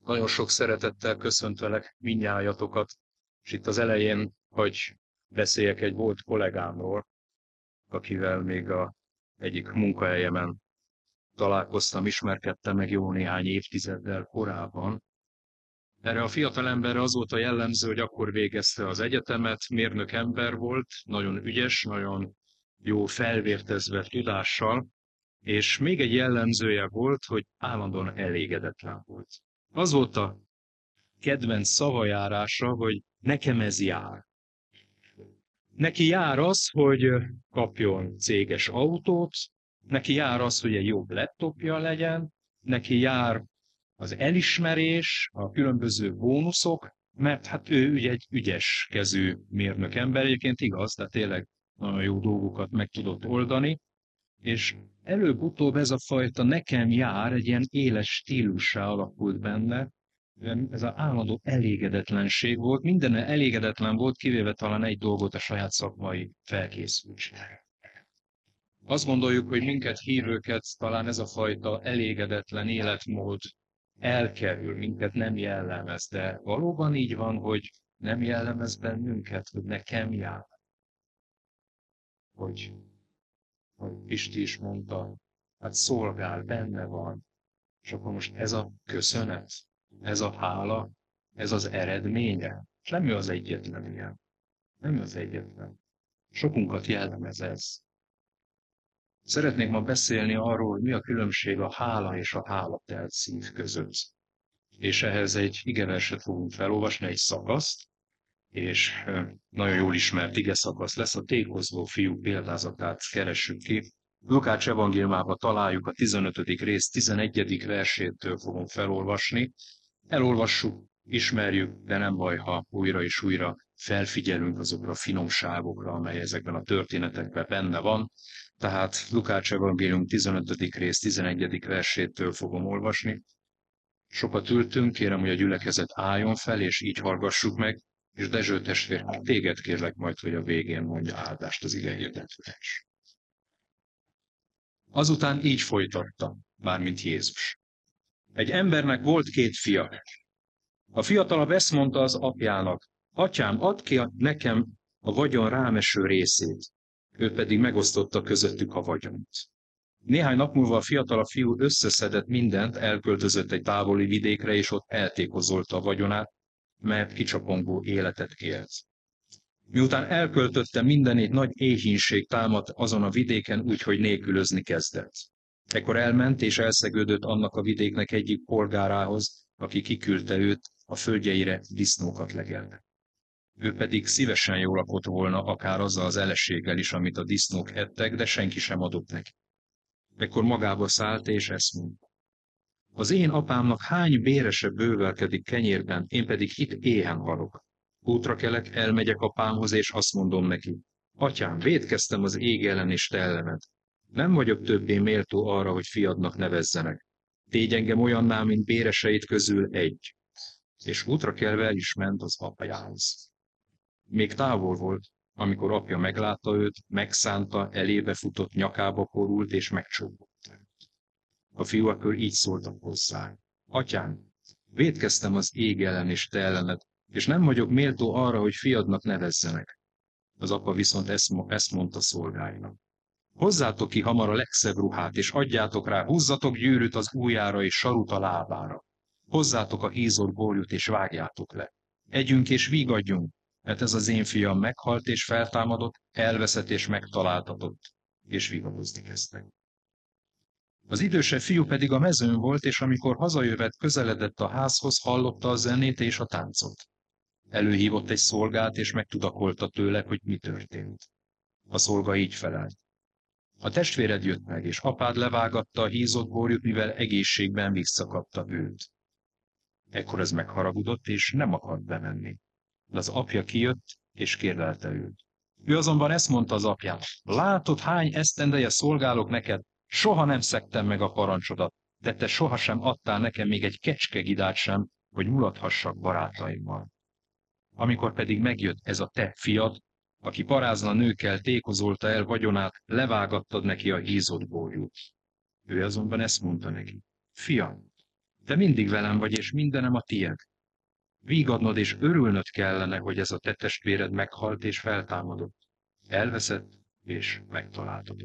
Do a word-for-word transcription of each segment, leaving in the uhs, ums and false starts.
Nagyon sok szeretettel köszöntelek mindnyájatokat, és itt az elején, hogy beszéljek egy volt kollégámról, akivel még a egyik munkahelyemen találkoztam, ismerkedtem meg jó néhány évtizeddel korábban. Erre a fiatal emberre az volt a jellemző, hogy akkor végezte az egyetemet, mérnök ember volt, nagyon ügyes, nagyon jó felvértezve tudással, és még egy jellemzője volt, hogy állandóan elégedetlen volt. Az volt a kedvenc szavajárása, hogy nekem ez jár. Neki jár az, hogy kapjon céges autót, neki jár az, hogy egy jobb laptopja legyen, neki jár az elismerés, a különböző bónuszok, mert hát ő ugye egy ügyes kezű mérnök ember, egyébként igaz, tehát tényleg nagyon jó dolgokat meg tudott oldani, és előbb-utóbb ez a fajta nekem jár egy ilyen éles stílussá alakult benne, ez az állandó elégedetlenség volt, minden elégedetlen volt, kivéve talán egy dolgot, a saját szakmai felkészültség. Azt gondoljuk, hogy minket hívőket talán ez a fajta elégedetlen életmód elkerül, minket nem jellemez, de valóban így van, hogy nem jellemez bennünket, hogy nekem jár. Hogy, hogy Pisti is mondta, hát szolgál, benne van. És akkor most ez a köszönet, ez a hála, ez az eredménye. És nem ő az egyetlen ilyen. Nem ő az egyetlen. Sokunkat jellemez ez. Szeretnék ma beszélni arról, hogy mi a különbség a hála és a hálatelt szív között. És ehhez egy igeverset fogunk felolvasni, egy szakaszt, és nagyon jól ismert ige szakasz lesz, a tékozló fiú példázatát keressük ki. Lukács evangéliumában találjuk a tizenötödik rész tizenegyedik versétől fogom felolvasni. Elolvassuk, ismerjük, de nem baj, ha újra és újra felfigyelünk azokra a finomságokra, amely ezekben a történetekben benne van. Tehát Lukács evangélium tizenötödik rész tizenegyedik versétől fogom olvasni. Sokat ültünk, kérem, hogy a gyülekezet álljon fel, és így hallgassuk meg, és Dezső testvér, téged kérlek majd, hogy a végén mondja áldást az ige hirdetőre is. Azután így folytatta, mármint Jézus. Egy embernek volt két fia. A fiatalabb ezt mondta az apjának, atyám, add ki nekem a vagyon rámeső részét. Ő pedig megosztotta közöttük a vagyont. Néhány nap múlva a fiatalabb fiú összeszedett mindent, elköltözött egy távoli vidékre, és ott eltékozolta a vagyonát, mert kicsapongó életet élt. Miután elköltötte mindenét, nagy éhínség támadt azon a vidéken, úgyhogy nélkülözni kezdett. Ekkor elment és elszegődött annak a vidéknek egyik polgárához, aki kiküldte őt a földjeire disznókat legelni. Ő pedig szívesen jól lakott volna, akár azzal az elességgel is, amit a disznók ettek, de senki sem adott neki. Ekkor magába szállt és ezt mondta. Az én apámnak hány bérese bővelkedik kenyérben, én pedig itt éhen halok. Útra kelek, elmegyek apámhoz, és azt mondom neki, atyám, vétkeztem az ég ellen és te ellened. Nem vagyok többé méltó arra, hogy fiadnak nevezzenek. Tégy engem olyanná, mint béreseit közül egy. És útra kelve el is ment az apjához. Még távol volt, amikor apja meglátta őt, megszánta, elébe futott, nyakába korult és megcsókolta. A fiú akkor így szóltak hozzá. Atyám, vétkeztem az ég ellen és te ellened, és nem vagyok méltó arra, hogy fiadnak nevezzenek. Az apa viszont ezt, ezt mondta szolgáinak. Hozzátok ki hamar a legszebb ruhát, és adjátok rá, húzzatok gyűrűt az ujjára és sarut a lábára. Hozzátok a hízott borjút, és vágjátok le. Együnk és vígadjunk, mert ez az én fiam meghalt és feltámadott, elveszett és megtaláltatott, és vigadozni kezdtek. Az idősebb fiú pedig a mezőn volt, és amikor hazajövet, közeledett a házhoz, hallotta a zenét és a táncot. Előhívott egy szolgát, és megtudakolta tőle, hogy mi történt. A szolga így felelt. A testvéred jött meg, és apád levágatta a hízott borjút, mivel egészségben visszakapta őt. Ekkor ez megharagudott, és nem akart bemenni. De az apja kijött, és kérdelte őt. Ő azonban ezt mondta az apjának. Látod, hány esztendeje szolgálok neked, soha nem szegtem meg a parancsodat, de te sohasem adtál nekem még egy kecskegidát sem, hogy mulathassak barátaimmal. Amikor pedig megjött ez a te fiad, aki parázna nőkkel tékozolta el vagyonát, levágattad neki a hízott borjút. Ő azonban ezt mondta neki. Fiam, Te mindig velem vagy, és mindenem a tied. Vígadnod és örülnöd kellene, hogy ez a te testvéred meghalt és feltámadott. Elveszett és megtaláltad.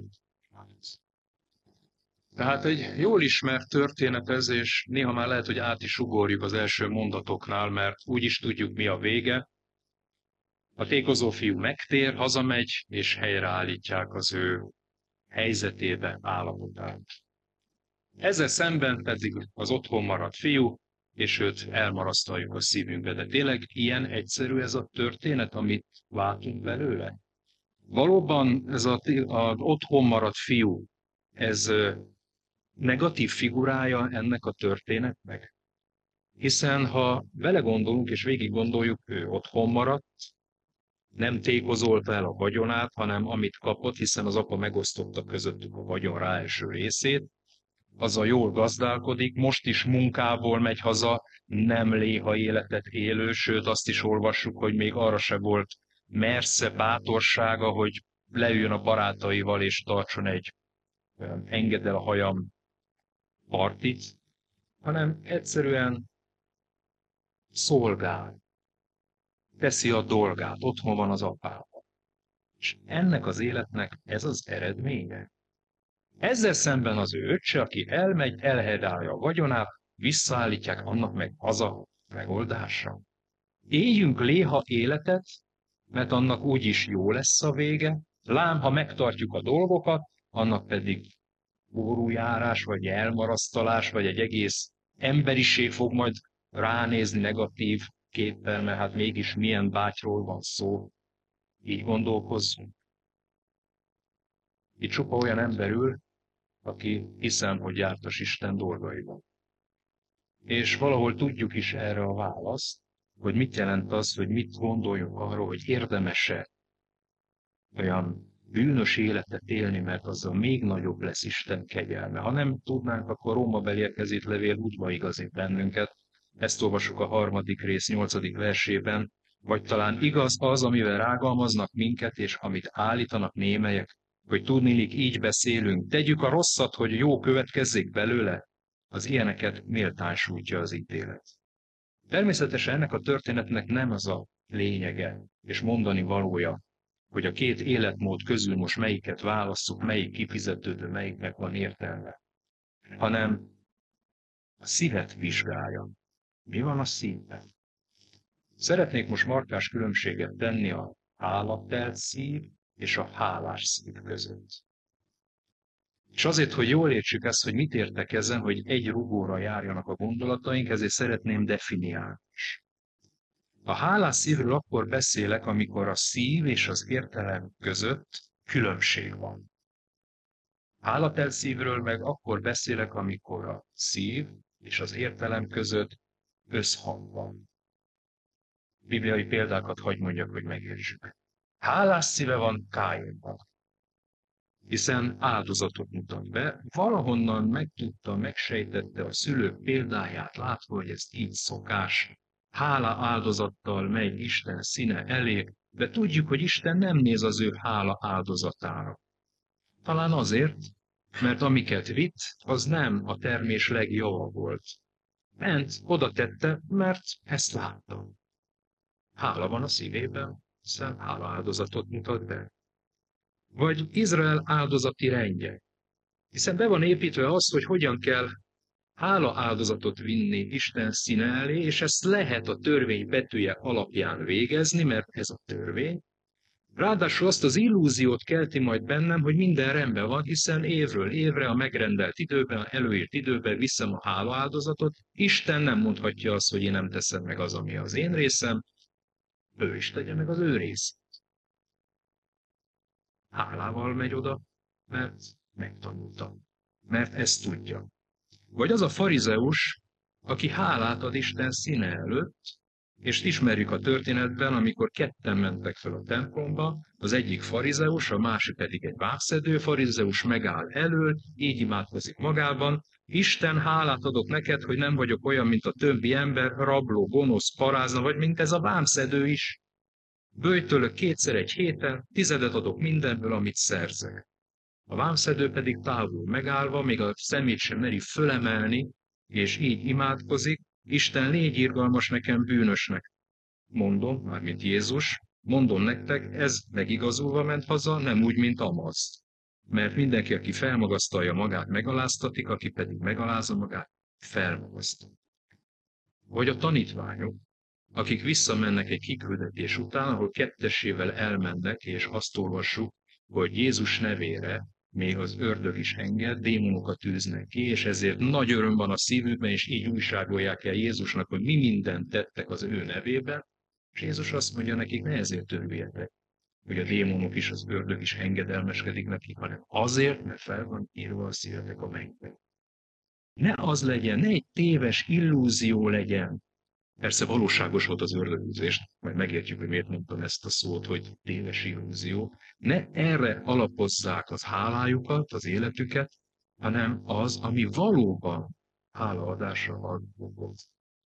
Tehát egy jól ismert történet ez, és néha már lehet, hogy át is ugorjuk az első mondatoknál, mert úgy is tudjuk, mi a vége. A tékozó fiú megtér, hazamegy, és helyreállítják az ő helyzetébe, állapotát. Ezzel szemben pedig az otthon maradt fiú, és őt elmarasztaljuk a szívünkbe. De tényleg ilyen egyszerű ez a történet, amit látunk belőle? Valóban ez az otthon maradt fiú, ez negatív figurája ennek a történetnek? Hiszen ha vele gondolunk és végig gondoljuk, ő otthon maradt, nem tékozolta el a vagyonát, hanem amit kapott, hiszen az apa megosztotta közöttük a vagyon ráeső részét, azzal jól gazdálkodik, most is munkából megy haza, nem léha életet élő, sőt azt is olvassuk, hogy még arra se volt mersze bátorsága, hogy leüljön a barátaival és tartson egy engedd el a hajam partit, hanem egyszerűen szolgál, teszi a dolgát, otthon van az apával. És ennek az életnek ez az eredménye. Ezzel szemben az ő öccse, aki elmegy, elhedálja a vagyonát, visszaállítják annak meg haza megoldása. Éljünk léha életet, mert annak úgyis jó lesz a vége, lám, ha megtartjuk a dolgokat, annak pedig órujárás, vagy elmarasztalás, vagy egy egész emberiség fog majd ránézni negatív képpel, mert hát mégis milyen bátyról van szó. Így gondolkozzunk. Itt csupa olyan ember ül, aki hiszem, hogy jártas Isten dolgaiban. És valahol tudjuk is erre a választ, hogy mit jelent az, hogy mit gondoljunk arról, hogy érdemes-e olyan bűnös életet élni, mert azzal még nagyobb lesz Isten kegyelme. Ha nem tudnánk, akkor Róma beliekhez levél útba igazít bennünket. Ezt olvasjuk a harmadik rész nyolcadik versében, vagy talán igaz az, amivel rágalmaznak minket, és amit állítanak némelyek, hogy tudniillik így beszélünk, tegyük a rosszat, hogy jó következzék belőle, az ilyeneket méltán sújtja az ítélet. Természetesen ennek a történetnek nem az a lényege és mondani valója, hogy a két életmód közül most melyiket válasszuk, melyik kifizetődő, melyiknek van értelme, hanem a szívet vizsgálja. Mi van a szívben? Szeretnék most markás különbséget tenni a hálatelt szív és a hálás szív között. És azért, hogy jól értsük ezt, hogy mit értek ezen, hogy egy rugóra járjanak a gondolataink, ezért szeretném definiálni. A hálás szívről akkor beszélek, amikor a szív és az értelem között különbség van. Hálatelt szívről meg akkor beszélek, amikor a szív és az értelem között összhang van. Bibliai példákat hagy mondjak, hogy megértsük. Hálás szíve van Káinnak, hiszen áldozatot mutat be, valahonnan megtudta, megsejtette a szülők példáját, látva, hogy ez így szokás. Hála áldozattal megy Isten színe elé, de tudjuk, hogy Isten nem néz az ő hála áldozatára. Talán azért, mert amiket vitt, az nem a termés legjava volt. Ment, oda tette, mert ezt látta. Hála van a szívében, hiszen hála áldozatot mutat be. Vagy Izrael áldozati rendje, hiszen be van építve az, hogy hogyan kell hála áldozatot vinni Isten színe elé, és ezt lehet a törvény betűje alapján végezni, mert ez a törvény. Ráadásul azt az illúziót kelti majd bennem, hogy minden rendben van, hiszen évről évre a megrendelt időben, előírt időben viszem a hála áldozatot. Isten nem mondhatja azt, hogy én nem teszem meg az, ami az én részem, ő is tegye meg az ő részét. Hálával megy oda, mert megtanultam, mert ezt tudja. Vagy az a farizeus, aki hálát ad Isten színe előtt, és ismerjük a történetben, amikor ketten mentek fel a templomba, az egyik farizeus, a másik pedig egy vámszedő, farizeus megáll elől, így imádkozik magában, Isten, hálát adok neked, hogy nem vagyok olyan, mint a többi ember, rabló, gonosz, parázna, vagy mint ez a vámszedő is. Böjtölök kétszer egy héten, tizedet adok mindenből, amit szerzek. A vámszedő pedig távol megállva, még a szemét sem meri fölemelni, és így imádkozik: Isten, légy irgalmas nekem bűnösnek. Mondom, mármint Jézus, mondom nektek, ez megigazulva ment haza, nem úgy, mint Amaz. Mert mindenki, aki felmagasztalja magát, megaláztatik, aki pedig megalázza magát, felmagasztat. Vagy a tanítványok, akik visszamennek egy kiküldetés után, ahol kettesével elmennek, és azt olvassuk, hogy Jézus nevére még az ördög is enged, démonokat űznek ki, és ezért nagy öröm van a szívükben, és így újságolják el Jézusnak, hogy mi mindent tettek az ő nevében, és Jézus azt mondja nekik, ne ezért örüljetek, hogy a démonok is, az ördög is engedelmeskedik nekik, hanem azért, mert fel van írva a szívetek a mennyben. Ne az legyen, ne egy téves illúzió legyen. Persze valóságos volt az ördögűzés, majd megértjük, hogy miért mondtam ezt a szót, hogy téves illúzió. Ne erre alapozzák az hálájukat, az életüket, hanem az, ami valóban hálaadásra ad okoz.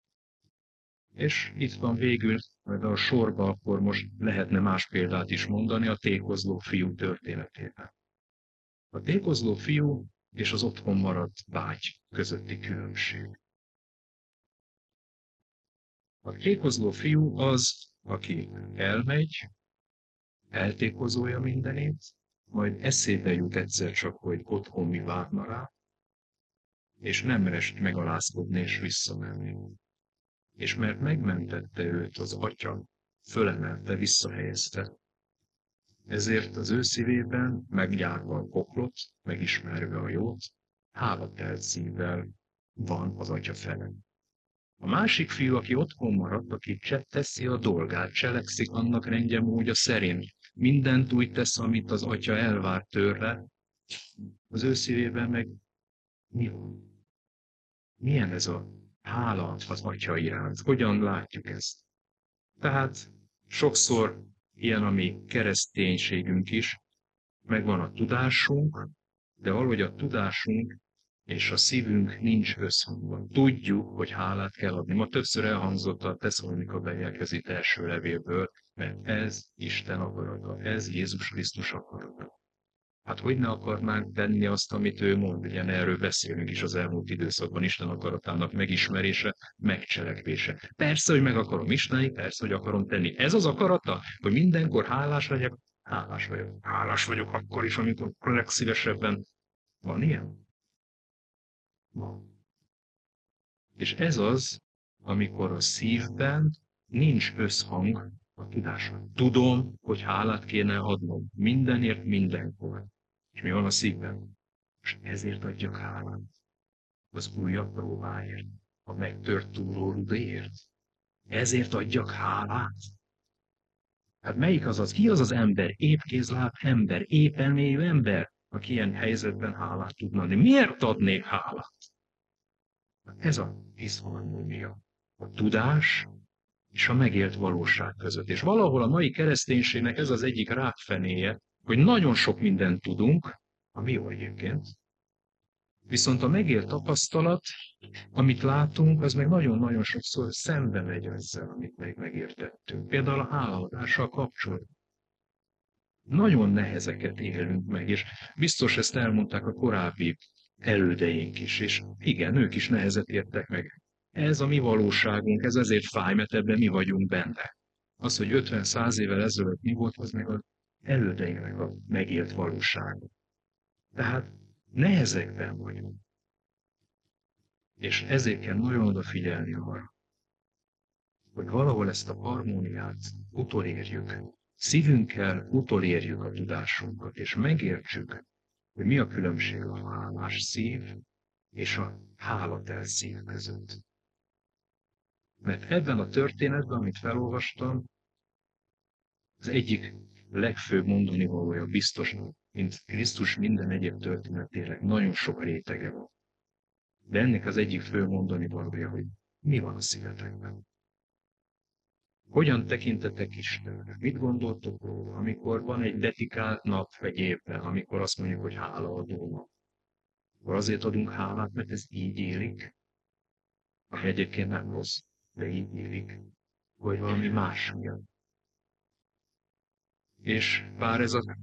És itt van végül, majd a sorba akkor most lehetne más példát is mondani a tékozló fiú történetében. A tékozló fiú és az otthon maradt báty közötti különbség. A tékozló fiú az, aki elmegy, eltékozolja mindenét, majd eszébe jut egyszer csak, hogy otthon mi várna rá, és nem rest megalázkodni és visszamenni. És mert megmentette őt az atya, fölemelte, visszahelyezte. Ezért az ő szívében, meggyárva a poklot, megismerve a jót, hálatelt szívvel van az atya fele. A másik fiú, aki otthon maradt, aki teszi a dolgát, cselekszik annak rendje módja szerint, mindent úgy tesz, amit az atya elvár tőle, az ő szívében meg mi van? Milyen ez a hála az atya iránt? Hogyan látjuk ezt? Tehát sokszor ilyen a mi kereszténységünk is, megvan a tudásunk, de valahogy a tudásunk és a szívünk nincs összhangban. Tudjuk, hogy hálát kell adni. Ma többször elhangzott a Tesszalonika beliekhez első levélből, mert ez Isten akarata, ez Jézus Krisztus akarata. Hát hogy ne akarnánk tenni azt, amit ő mond? Ugye erről beszélünk is az elmúlt időszakban, Isten akaratának megismerése, megcselekvése. Persze, hogy meg akarom ismerni, persze, hogy akarom tenni. Ez az akarata, hogy mindenkor hálás legyek, hálás vagyok. Hálás vagyok akkor is, amikor legszívesebben van ilyen. Van. És ez az, amikor a szívben nincs összhang a tudással. Tudom, hogy hálát kéne adnom mindenért, mindenkor. És mi van a szívben? És ezért adjak hálát. Az újabb próbáért, a megtört túrórudéért. Ezért adjak hálát. Hát melyik az az? Ki az az ember? Épkézláb ember, épp elmélyű ember, aki ilyen helyzetben hálát tudna adni. Miért adnék hálát? Ez a diszharmónia. A tudás és a megélt valóság között. És valahol a mai kereszténységnek ez az egyik rákfenéje, hogy nagyon sok mindent tudunk, ami jó egyébként. Viszont a megélt tapasztalat, amit látunk, az meg nagyon-nagyon sokszor szembe megy ezzel, amit meg megértettünk. Például a hálaadással kapcsolatban. Nagyon nehezeket élünk meg, és biztos ezt elmondták a korábbi elődeink is, és igen, ők is nehezet értek meg. Ez a mi valóságunk, ez ezért fáj, mert ebben mi vagyunk benne. Az, hogy ötven-száz évvel ezelőtt mi volt, az meg az elődeinknek a megélt valósága. Tehát nehezekben vagyunk. És ezért kell nagyon odafigyelni arra, hogy valahol ezt a harmóniát utolérjük. Szívünkkel utolérjük a tudásunkat, és megértsük, hogy mi a különbség a hálás szív és a hálatel szív között. Mert ebben a történetben, amit felolvastam, az egyik legfőbb mondani valója biztos, mint Krisztus minden egyéb történetének nagyon sok rétege van. De ennek az egyik fő mondani valója, hogy mi van a szívetekben. Hogyan tekintetek Istenre? Mit gondoltok róla, amikor van egy dedikált nap egy évben, amikor azt mondjuk, hogy hálaadó nap? Akkor azért adunk hálát, mert ez így élik, ami egyébként nem rossz, de így élik, vagy valami más miatt. És bár ez a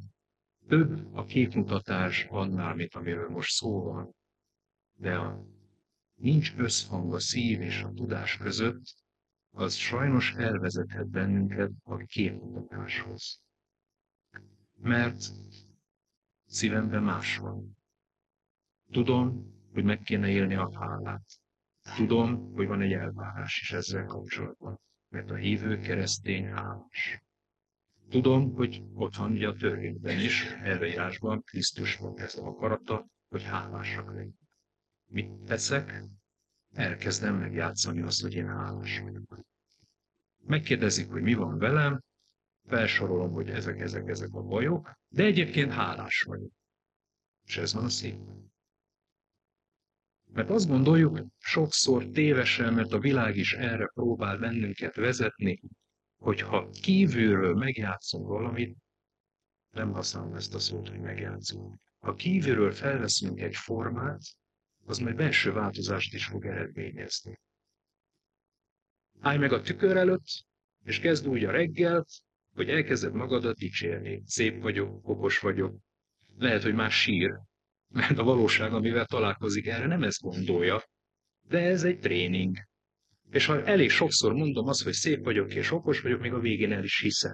több a képmutatás annál, mint amiről most szó van, de a nincs összhang a szív és a tudás között, az sajnos elvezethet bennünket a képmutatáshoz. Mert szívemben más van. Tudom, hogy meg kéne élni a hálát. Tudom, hogy van egy elvárás is ezzel kapcsolatban, mert a hívő keresztény hálás. Tudom, hogy ott van ugye a törvényben is, elveírásban Krisztusban ez a akarata, hogy hálásak legyünk. Mit teszek? Elkezdem megjátszani azt, hogy én hálás vagyok. Megkérdezik, hogy mi van velem, felsorolom, hogy ezek, ezek, ezek a bajok, de egyébként hálás vagyok. És ez van a szívben. Mert azt gondoljuk, sokszor tévesen, mert a világ is erre próbál bennünket vezetni, hogyha kívülről megjátszunk valamit, nem használom ezt a szót, hogy megjátszunk. Ha kívülről felveszünk egy formát, az majd belső változást is fog eredményezni. Állj meg a tükör előtt, és kezd úgy a reggelt, hogy elkezded magadat dicsérni. Szép vagyok, okos vagyok. Lehet, hogy már sír, mert a valóság, amivel találkozik, erre nem ezt gondolja, de ez egy tréning. És ha elég sokszor mondom azt, hogy szép vagyok és okos vagyok, még a végén el is hiszem.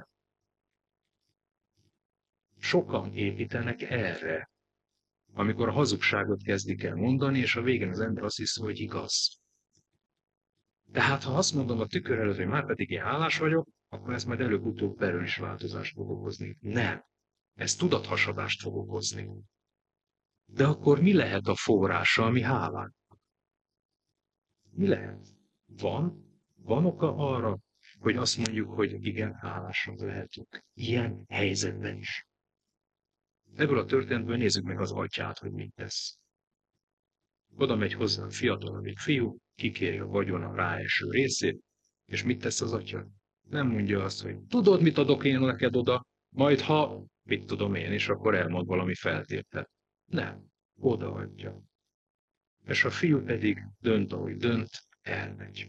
Sokan építenek erre, amikor a hazugságot kezdik el mondani, és a végén az ember azt hiszi, hogy igaz. Tehát ha azt mondom a tükör előtt, hogy már pedig én hálás vagyok, akkor ez majd előbb-utóbb belül is változást fog okozni. Nem. Ez tudathasadást fog okozni. De akkor mi lehet a forrása, ami hálán? Mi lehet? Van? Van oka arra, hogy azt mondjuk, hogy igen, hálásak lehetünk. Ilyen helyzetben is. Ebből a történetből nézzük meg az atyát, hogy mit tesz. Oda megy hozzá a fiatalabbik fiú, kikéri a vagyona ráeső részét, és mit tesz az atya? Nem mondja azt, hogy tudod, mit adok én neked oda, majd ha, mit tudom én, és akkor elmond valami feltételt. Nem, odaadja. És a fiú pedig dönt, ahogy dönt, elmegy.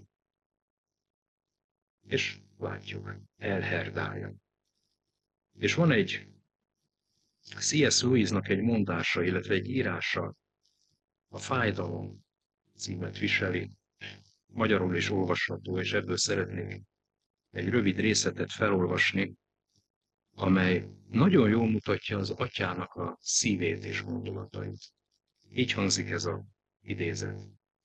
És látjuk, elherdálja. És van egy C S Lewisnak egy mondása, illetve egy írása, a Fájdalom címet viseli, magyarul is olvasható, és ebből szeretnék egy rövid részletet felolvasni, amely nagyon jól mutatja az atyának a szívét és gondolatait. Így hangzik ez az idézet.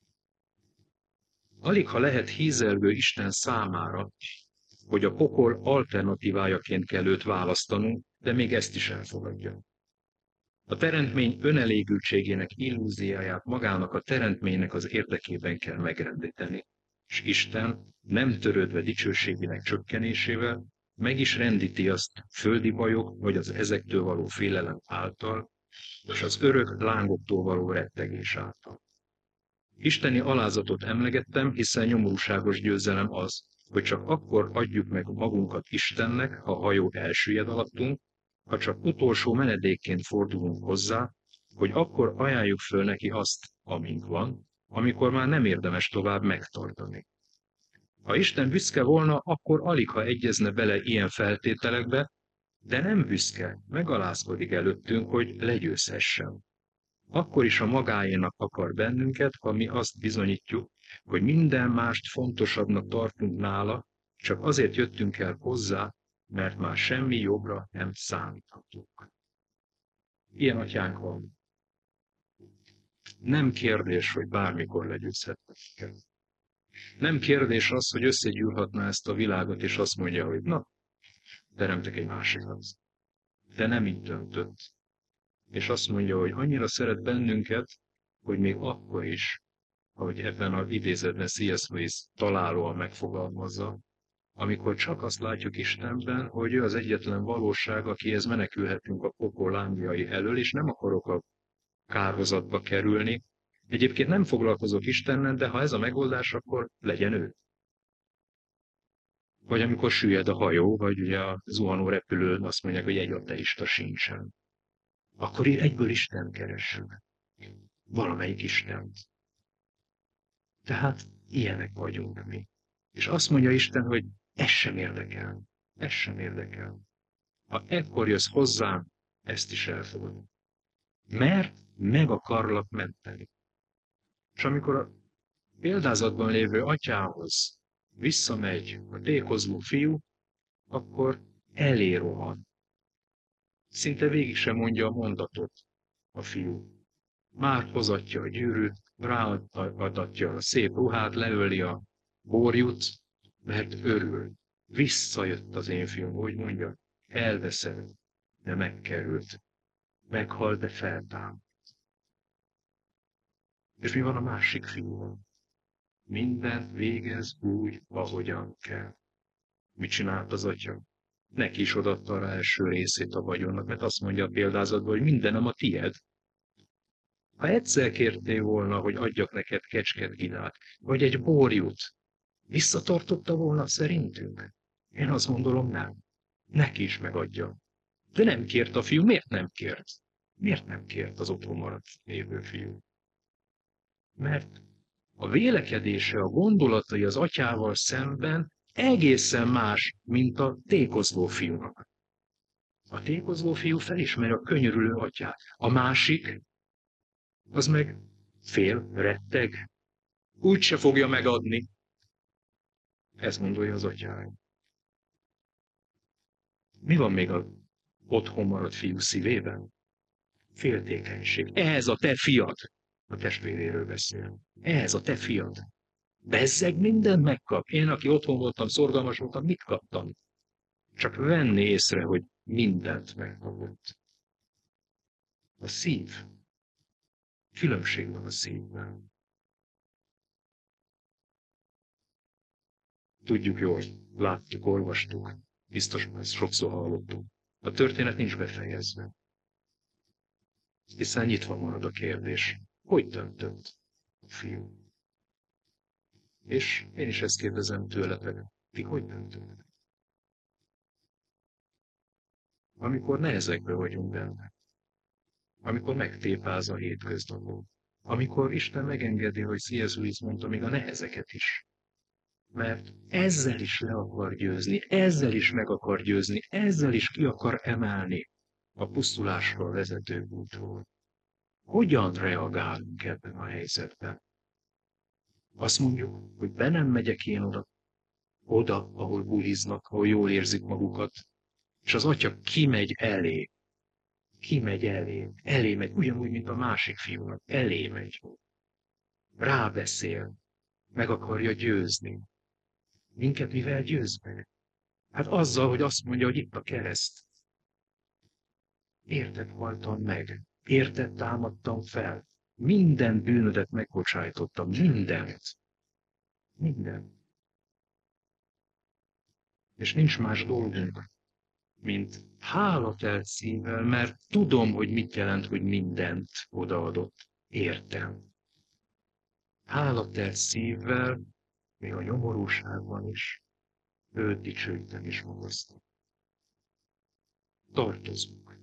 Alig ha lehet hízelgő Isten számára, hogy a pokol alternatívájaként kell őt választanunk, de még ezt is elfogadja. A teremtmény önelégültségének illúziáját magának a teremtménynek az érdekében kell megrendíteni, és Isten, nem törődve dicsőségének csökkenésével, meg is rendíti azt földi bajok, vagy az ezektől való félelem által, és az örök lángoktól való rettegés által. Isteni alázatot emlegettem, hiszen nyomorúságos győzelem az, hogy csak akkor adjuk meg magunkat Istennek, ha a hajó elsüllyed alattunk, ha csak utolsó menedékként fordulunk hozzá, hogy akkor ajánljuk föl neki azt, amink van, amikor már nem érdemes tovább megtartani. Ha Isten büszke volna, akkor alig ha egyezne bele ilyen feltételekbe, de nem büszke, megalázkodik előttünk, hogy legyőzhessen. Akkor is a magáénak akar bennünket, ha mi azt bizonyítjuk, hogy minden mást fontosabbnak tartunk nála, csak azért jöttünk el hozzá, mert már semmi jobbra nem számíthatunk. Ilyen atyánk van. Nem kérdés, hogy bármikor legyőzhetnek. Nem kérdés az, hogy összegyűrhatná ezt a világot, és azt mondja, hogy na, teremtek egy másikat. De nem így döntött. És azt mondja, hogy annyira szeret bennünket, hogy még akkor is, ahogy ebben az idézetben C S Lewis találóan megfogalmazza, amikor csak azt látjuk Istenben, hogy ő az egyetlen valóság, akihez menekülhetünk a pokol lánglyai elől, és nem akarok a kárhozatba kerülni. Egyébként nem foglalkozok Istennel, de ha ez a megoldás, akkor legyen ő. Vagy amikor süllyed a hajó, vagy ugye a zuhanó repülőn azt mondják, hogy egy ateista sincsen. Akkor egyből Isten keressük. Valamelyik Istent. Tehát ilyenek vagyunk mi. És azt mondja Isten, hogy ez sem érdekel. Ez sem érdekel. Ha ekkor jössz hozzám, ezt is elfogadom. Mert meg akarlak menteni. És amikor példázatban lévő atyához visszamegy a tékozló fiú, akkor elé rohan. Szinte végig sem mondja a mondatot a fiú. Már hozatja a gyűrűt, ráadatja a szép ruhát, leöli a borjút, mert örül. Visszajött az én fiúm, hogy mondja, elveszett, de megkerült. Meghalt, de feltámadt. És mi van a másik fiúval? Mindent végez úgy, ahogyan kell. Mit csinált az atya? Neki is odaadta rá első részét a vagyonnak, mert azt mondja a példázatban, hogy mindenem a tied. Ha egyszer kértél volna, hogy adjak neked kecsket ginát, vagy egy borjút, visszatartotta volna szerintünk? Én azt gondolom, nem. Neki is megadja. De nem kért a fiú. Miért nem kért? Miért nem kért az otthon maradt lévő fiú? Mert a vélekedése, a gondolatai az atyával szemben egészen más, mint a tékozló fiúnak. A tékozló fiú felismeri a könyörülő atyát. A másik, az meg fél, retteg, úgyse fogja megadni. Ezt gondolja az atyája. Mi van még az otthon maradt fiú szívében? Féltékenység. Ez a te fiad. A testvéréről beszél. Ez a te fiad. Bezzeg mindent megkap. Én, aki otthon voltam, szorgalmas voltam, mit kaptam? Csak venni észre, hogy mindent megkapott. A szív. Különbség van a szívben. Tudjuk jól, láttuk, olvastuk, biztos már ezt sokszor hallottuk. A történet nincs befejezve. Hiszen nyitva marad a kérdés, hogy döntött a fiú? És én is ezt kérdezem tőletek, ti hogy döntöttek? Amikor nehezekbe vagyunk benne, amikor megtépáz a hétköznapok, amikor Isten megengedi, hogy C S. Lewis mondta, még a nehezeket is. Mert ezzel is le akar győzni, ezzel is meg akar győzni, ezzel is ki akar emelni a pusztulásról vezető útról. Hogyan reagálunk ebben a helyzetben? Azt mondjuk, hogy be nem megyek én oda, oda, ahol buliznak, ahol jól érzik magukat, és az atya kimegy elé, kimegy elé, elé megy, ugyanúgy, mint a másik fiúnak, elé megy. Rábeszél, meg akarja győzni. Minket mivel győz meg? Hát azzal, hogy azt mondja, hogy itt a kereszt. Érted haltam meg, érted támadtam fel, minden bűnödet megbocsájtottam, mindent. Minden. És nincs más dolgunk, mint hálatelt szívvel, mert tudom, hogy mit jelent, hogy mindent odaadott. Értem. Hálatelt szívvel, még a nyomorúságban is, őt dicsőítem és magasztom. Tartozunk.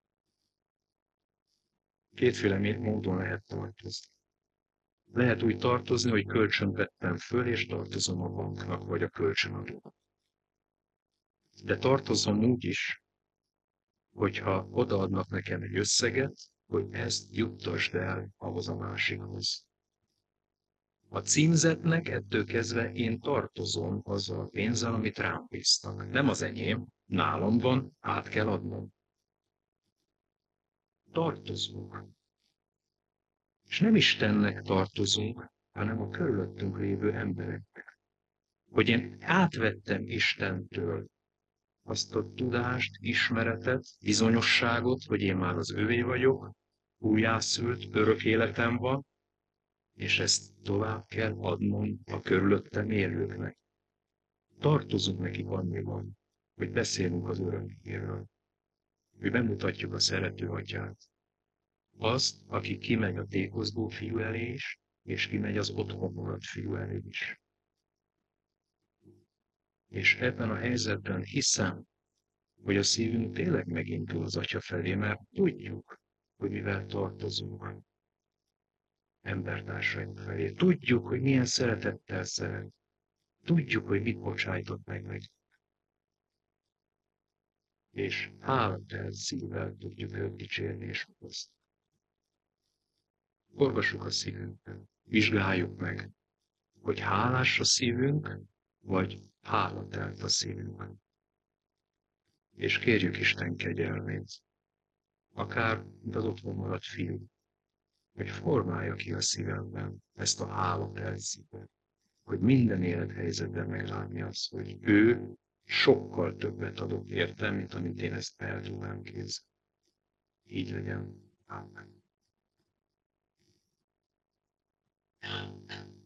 Kétféle módon lehet tartozni. Lehet úgy tartozni, hogy kölcsönt vettem föl, és tartozom a banknak, vagy a kölcsönadónak. De tartozom úgy is, hogyha odaadnak nekem egy összeget, hogy ezt juttasd el ahhoz a másikhoz. A címzetnek ettől kezdve én tartozom azzal a pénzzel, amit rám bíztak. Nem az enyém, nálam van, át kell adnom. Tartozunk. És nem Istennek tartozunk, hanem a körülöttünk lévő embereknek. Hogy én átvettem Istentől azt a tudást, ismeretet, bizonyosságot, hogy én már az övé vagyok, újjászült, örök életem van, és ezt tovább kell adnom a körülöttem élőknek. Tartozunk nekik annyiban, hogy beszélünk az öröméről, hogy bemutatjuk a szerető atyát. Azt, aki kimegy a tékozló fiú elé is, és kimegy az otthon maradt fiú elé is. És ebben a helyzetben hiszem, hogy a szívünk tényleg megindul az atya felé, mert tudjuk, hogy mivel tartozunk embertársaink felé. Tudjuk, hogy milyen szeretettel szeret. Tudjuk, hogy mit bocsájtott meg meg. És hálatelt szívvel tudjuk őt dicsérni és hozni. Forgassuk a szívünkben, vizsgáljuk meg, hogy hálás a szívünk, vagy hálatelt a szívünk. És kérjük Isten kegyelmét, akár az otthon maradt fiú, hogy formálja ki a szívemben ezt a hálatelt szívet, hogy minden élethelyzetben meglátni azt, hogy ő sokkal többet adott értem, mint amit én ezt el tudnám képzelni. Így legyen. Amen.